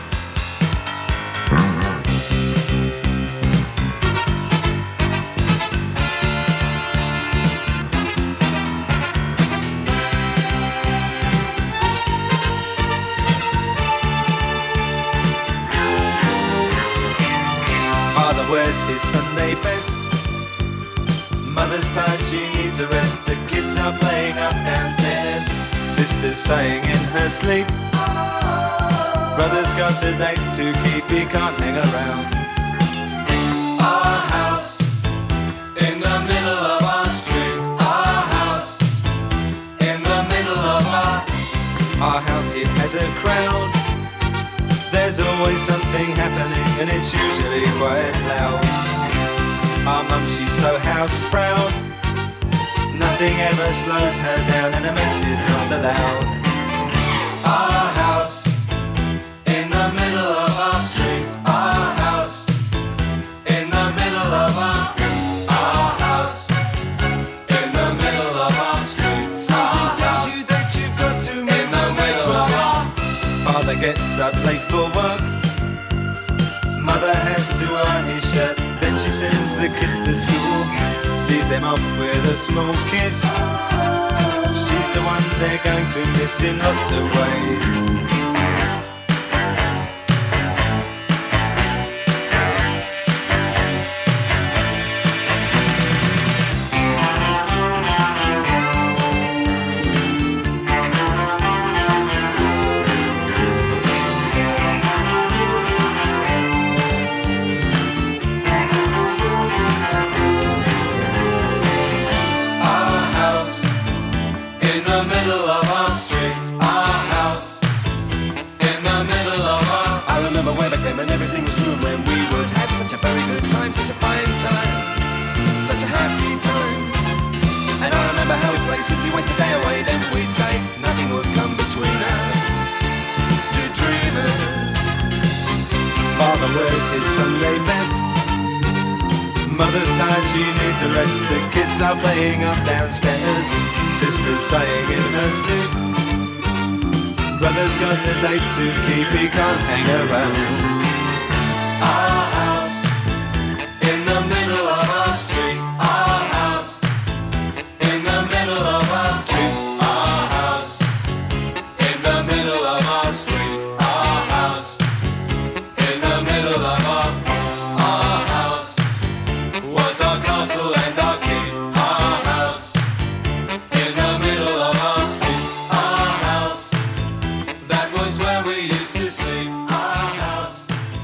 Wears his Sunday best. Mother's tired, she needs a rest. The kids are playing up downstairs. Sister's sighing in her sleep. Brother's got a date to keep, he can't hang around. Our house in the middle of our street. Our house in the middle of our Our house, it has a crowd. There's always something happening and it's usually quite loud. Our mum, she's so house proud. Nothing ever slows her down and a mess is not allowed. Our house in the middle of our street. Our house in the middle for work. Mother has to iron his shirt, then she sends the kids to school, sees them off with a small kiss. She's the one they're going to miss in lots of ways. And everything was room when we would have such a very good time, such a fine time, such a happy time. And I remember how we'd play, simply waste the day away. Then we'd say nothing would come between us, two dreamers. Father wears his Sunday best, mother's tired, she needs a rest. The kids are playing up downstairs, sister's sighing in her sleep. Brother's got a date to keep, he can't hang around. Our house in the middle of our street. Our house in the middle of our street. Our house in the middle of our street. Our house in the middle of our our house was our castle and our keep. Our house in the middle of our street. Our house, that was where we used to sleep. Our house.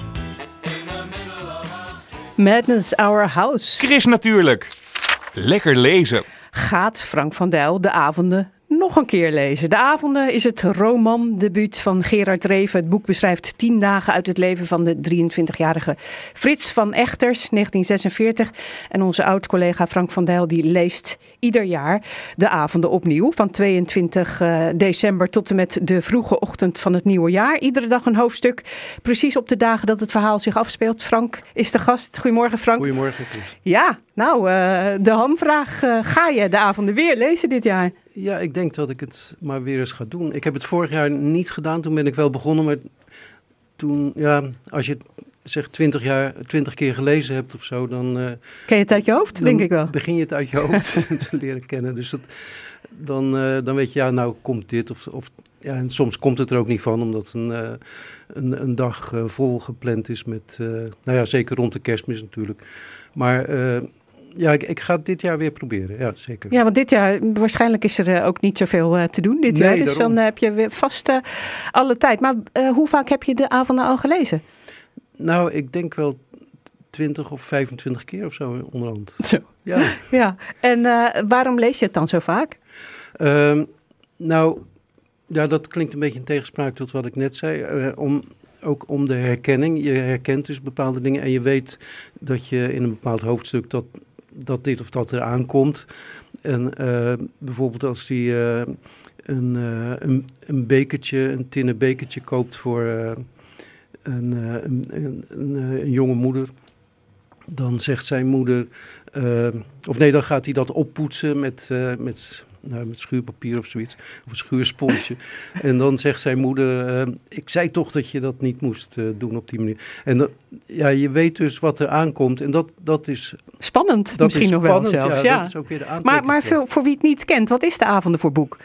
Madness Our House. Chris natuurlijk. Lekker lezen. Gaat Frank van Dijl de avonden nog een keer lezen? De avonden is het romandebuut van Gerard Reven. Het boek beschrijft tien dagen uit het leven van de drieëntwintigjarige Frits van Echters, negentien zesenveertig. En onze oud-collega Frank van Dijl die leest ieder jaar de avonden opnieuw. Van tweeëntwintig december tot en met de vroege ochtend van het nieuwe jaar. Iedere dag een hoofdstuk. Precies op de dagen dat het verhaal zich afspeelt. Frank is de gast. Goedemorgen, Frank. Goedemorgen, Chris. Ja, nou, uh, de hamvraag. Uh, ga je de avonden weer lezen dit jaar? Ja, ik denk dat ik het maar weer eens ga doen. Ik heb het vorig jaar niet gedaan. Toen ben ik wel begonnen, maar toen, ja, als je het zeg twintig jaar, twintig keer gelezen hebt of zo, dan... Uh, Ken je het uit je hoofd, denk ik wel? Begin je het uit je hoofd te leren kennen. Dus dat, dan, uh, dan weet je, ja, nou komt dit. Of, of, ja, en soms komt het er ook niet van, omdat een, uh, een, een dag uh, vol gepland is met, uh, nou ja, zeker rond de Kerstmis natuurlijk. Maar... Uh, Ja, ik, ik ga het dit jaar weer proberen. Ja, zeker. Ja, want dit jaar, waarschijnlijk is er uh, ook niet zoveel uh, te doen dit nee, jaar. Dus daarom. dan uh, heb je weer vast uh, alle tijd. Maar uh, hoe vaak heb je de avonden al gelezen? Nou, ik denk wel twintig of vijfentwintig keer of zo onderhand. Zo. Ja. Ja. En uh, waarom lees je het dan zo vaak? Um, nou, ja, dat klinkt een beetje in tegenspraak tot wat ik net zei. Uh, om... Ook om de herkenning. Je herkent dus bepaalde dingen en je weet dat je in een bepaald hoofdstuk dat, dat dit of dat eraan komt. En uh, bijvoorbeeld als die uh, een, uh, een, een bekertje, een tinnen bekertje koopt voor uh, een, uh, een, een, een, een jonge moeder, dan zegt zijn moeder, uh, of nee, dan gaat hij dat oppoetsen met... Uh, met Nou, met schuurpapier of zoiets, of een schuursponsje. En dan zegt zijn moeder, uh, ik zei toch dat je dat niet moest uh, doen op die manier. En dat, ja, je weet dus wat er aankomt en dat, dat is... Spannend dat misschien is nog spannend, wel zelfs, ja. ja. Dat is ook weer de maar maar voor, voor wie het niet kent, wat is de avonden voor boek?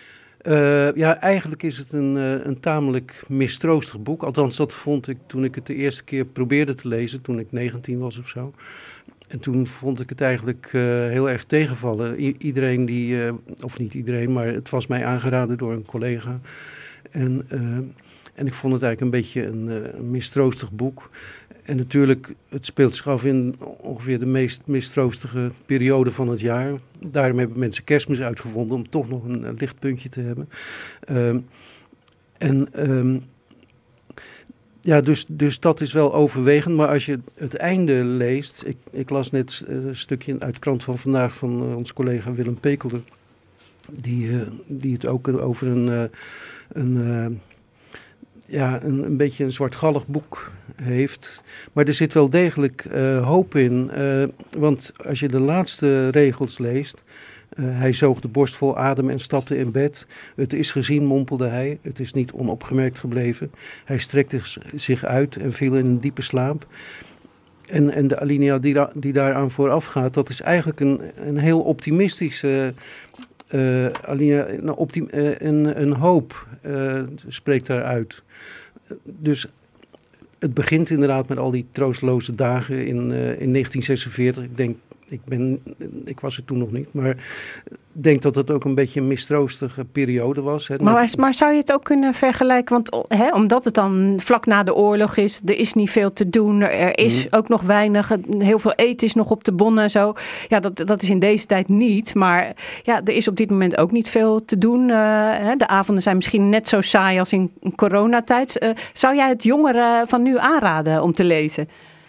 Uh, ja, eigenlijk is het een, uh, een tamelijk mistroostig boek. Althans, dat vond ik toen ik het de eerste keer probeerde te lezen, toen ik negentien was of zo. En toen vond ik het eigenlijk uh, heel erg tegenvallen. I- iedereen die, uh, of niet iedereen, maar het was mij aangeraden door een collega. En, uh, en ik vond het eigenlijk een beetje een, uh, een mistroostig boek. En natuurlijk, het speelt zich af in ongeveer de meest mistroostige periode van het jaar. Daarom hebben mensen Kerstmis uitgevonden om toch nog een, een lichtpuntje te hebben. Um, en... Um, Ja, dus, dus dat is wel overwegend. Maar als je het einde leest... Ik, ik las net uh, een stukje uit de krant van vandaag van uh, onze collega Willem Pekelder. Die, uh, die het ook over een, uh, een, uh, ja, een, een beetje een zwartgallig boek heeft. Maar er zit wel degelijk uh, hoop in. Uh, want als je de laatste regels leest... Uh, hij zoog de borst vol adem en stapte in bed. Het is gezien, mompelde hij. Het is niet onopgemerkt gebleven. Hij strekte zich uit en viel in een diepe slaap. En, en de alinea die, da- die daaraan vooraf gaat, dat is eigenlijk een, een heel optimistische uh, alinea. Een, optim- uh, een, een hoop uh, spreekt daaruit. Dus het begint inderdaad met al die troosteloze dagen in, uh, in negentien zesenveertig. Ik denk, ik, ben, ik was er toen nog niet, maar ik denk dat dat ook een beetje een mistroostige periode was. Hè. Maar, maar zou je het ook kunnen vergelijken, want hè, omdat het dan vlak na de oorlog is, er is niet veel te doen, er is mm. ook nog weinig, heel veel eten is nog op de bon en zo. Ja, dat, dat is in deze tijd niet, maar ja, er is op dit moment ook niet veel te doen. Uh, hè. De avonden zijn misschien net zo saai als in coronatijd. Uh, zou jij het jongeren van nu aanraden om te lezen?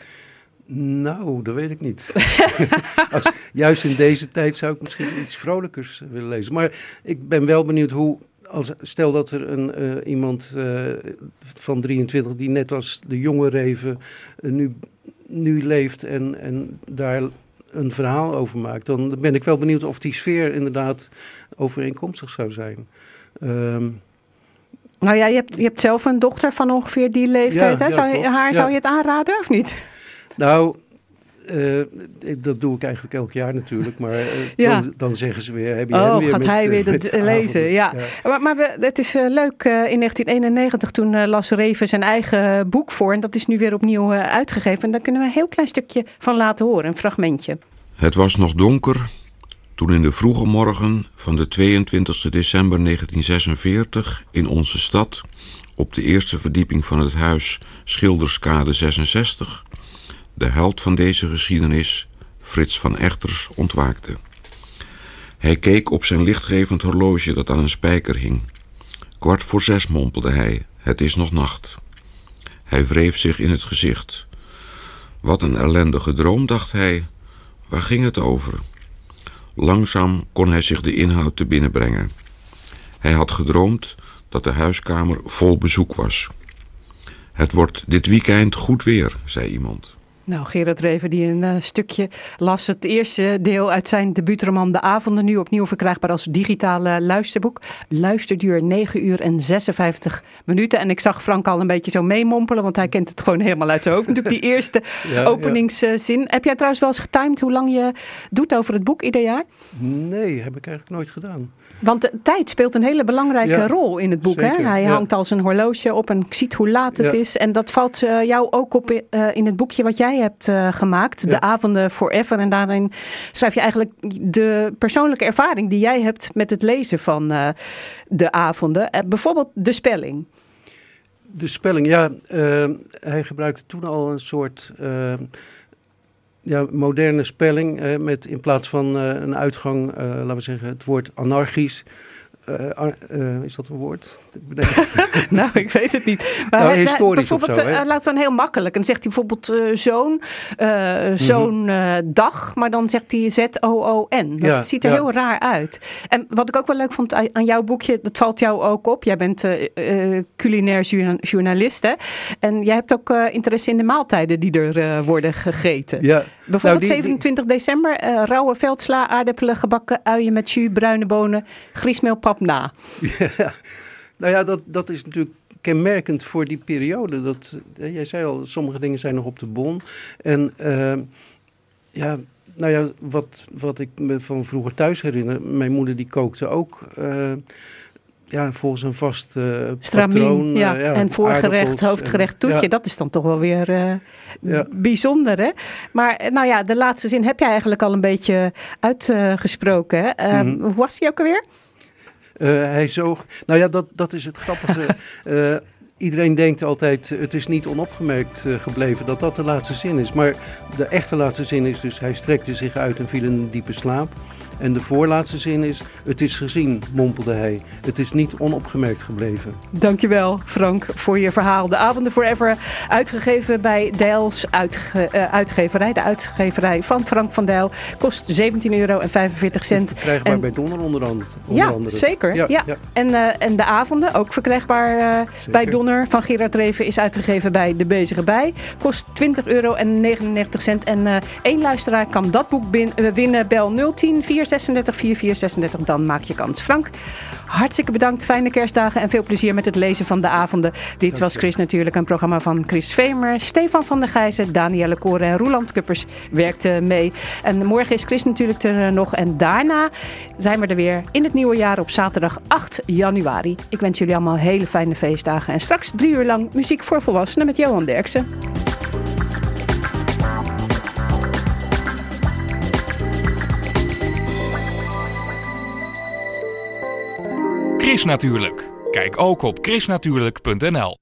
Nou, dat weet ik niet. Als, juist in deze tijd zou ik misschien iets vrolijkers willen lezen. Maar ik ben wel benieuwd hoe, als, stel dat er een, uh, iemand uh, van drieëntwintig die net als de jonge Reven uh, nu, nu leeft en, en daar een verhaal over maakt, dan ben ik wel benieuwd of die sfeer inderdaad overeenkomstig zou zijn. Um, nou ja, je hebt, je hebt zelf een dochter van ongeveer die leeftijd. Ja, hè? ja, Zou je, haar ja. zou je het aanraden of niet? Nou, uh, dat doe ik eigenlijk elk jaar natuurlijk, maar uh, ja. dan, dan zeggen ze weer, heb je oh, hem weer gaat met, hij weer uh, dat lezen, ja. ja. Maar, maar we, het is uh, leuk, uh, in negentien eenennegentig toen uh, las Reven zijn eigen boek voor en dat is nu weer opnieuw uh, uitgegeven. En daar kunnen we een heel klein stukje van laten horen, een fragmentje. Het was nog donker toen in de vroege morgen van de tweeëntwintigste december negentien zesenveertig in onze stad, op de eerste verdieping van het huis Schilderskade zesenzestig, de held van deze geschiedenis, Frits van Echters, ontwaakte. Hij keek op zijn lichtgevend horloge dat aan een spijker hing. Kwart voor zes, mompelde hij, het is nog nacht. Hij wreef zich in het gezicht. Wat een ellendige droom, dacht hij. Waar ging het over? Langzaam kon hij zich de inhoud te binnen brengen. Hij had gedroomd dat de huiskamer vol bezoek was. Het wordt dit weekend goed weer, zei iemand. Nou, Gerard Reven die een uh, stukje las. Het eerste deel uit zijn debuutroman De Avonden, nu opnieuw verkrijgbaar als digitale luisterboek. Luisterduur negen uur en zesenvijftig minuten. En ik zag Frank al een beetje zo meemompelen, want hij kent het gewoon helemaal uit zijn hoofd. Natuurlijk die eerste ja, openingszin. Ja. Heb jij trouwens wel eens getimed hoe lang je doet over het boek ieder jaar? Nee, heb ik eigenlijk nooit gedaan. Want de tijd speelt een hele belangrijke ja, rol in het boek. Hè? Hij ja. hangt als een horloge op en ziet hoe laat het ja. is. En dat valt uh, jou ook op uh, in het boekje wat jij hebt uh, gemaakt. Ja. De Avonden Forever. En daarin schrijf je eigenlijk de persoonlijke ervaring die jij hebt met het lezen van uh, de avonden. Uh, bijvoorbeeld de spelling. De spelling, ja. Uh, hij gebruikte toen al een soort Uh, Ja, moderne spelling eh, met in plaats van uh, een uitgang, uh, laten we zeggen, het woord anarchisch. Uh, ar- uh, is dat een woord? nou, ik weet het niet. Maar nou, hij, historisch of zo. Uh, laten we een heel makkelijk. En dan zegt hij bijvoorbeeld uh, zo'n, uh, zo'n uh, dag, maar dan zegt hij Z O O N. Dat ja, ziet er ja. heel raar uit. En wat ik ook wel leuk vond aan jouw boekje, dat valt jou ook op. Jij bent uh, uh, culinair journalist, hè? En jij hebt ook uh, interesse in de maaltijden die er uh, worden gegeten. Ja. Bijvoorbeeld nou, die, zevenentwintig december, uh, rauwe veldsla, aardappelen, gebakken uien met jus, bruine bonen, griesmeelpap na. Ja, nou ja, dat, dat is natuurlijk kenmerkend voor die periode. Dat, uh, jij zei al, sommige dingen zijn nog op de bon. En uh, ja, nou ja, wat, wat ik me van vroeger thuis herinner, mijn moeder die kookte ook Uh, ja, volgens een vast uh, Stramien, patroon. Ja. Uh, ja, en voorgerecht, hoofdgerecht, toetje. Ja. Dat is dan toch wel weer uh, ja. bijzonder, hè? Maar nou ja, de laatste zin heb jij eigenlijk al een beetje uitgesproken. Uh, uh, mm-hmm. Hoe was die ook alweer? Uh, hij zoog. Nou ja, dat, dat is het grappige. uh, iedereen denkt altijd, uh, het is niet onopgemerkt uh, gebleven dat dat de laatste zin is. Maar de echte laatste zin is dus, hij strekte zich uit en viel in een diepe slaap. En de voorlaatste zin is, het is gezien, mompelde hij. Het is niet onopgemerkt gebleven. Dankjewel, Frank, voor je verhaal. De Avonden Forever, uitgegeven bij Dijls uitge, uh, uitgeverij. De uitgeverij van Frank van Dijl kost zeventien euro en vijfenveertig cent. Verkrijgbaar en bij Donner onder andere. Ja, andere. zeker. Ja, ja. Ja. En, uh, en de avonden, ook verkrijgbaar uh, bij Donner van Gerard Reven, is uitgegeven bij De Bezige Bij. Kost twintig euro en negenennegentig cent. En uh, één luisteraar kan dat boek bin, uh, winnen. Bel nul tien, vier vier zes zes vier vier zes zes, dan maak je kans. Frank, hartstikke bedankt. Fijne kerstdagen en veel plezier met het lezen van de avonden. Dit was Chris Natuurlijk, een programma van Chris Vemer, Stefan van der Gijzen, Danielle Koren en Roeland Kuppers werkten mee. En morgen is Chris Natuurlijk er nog. En daarna zijn we er weer in het nieuwe jaar op zaterdag acht januari. Ik wens jullie allemaal hele fijne feestdagen. En straks drie uur lang muziek voor volwassenen met Johan Derksen. Chris Natuurlijk. Kijk ook op chris natuurlijk punt n l.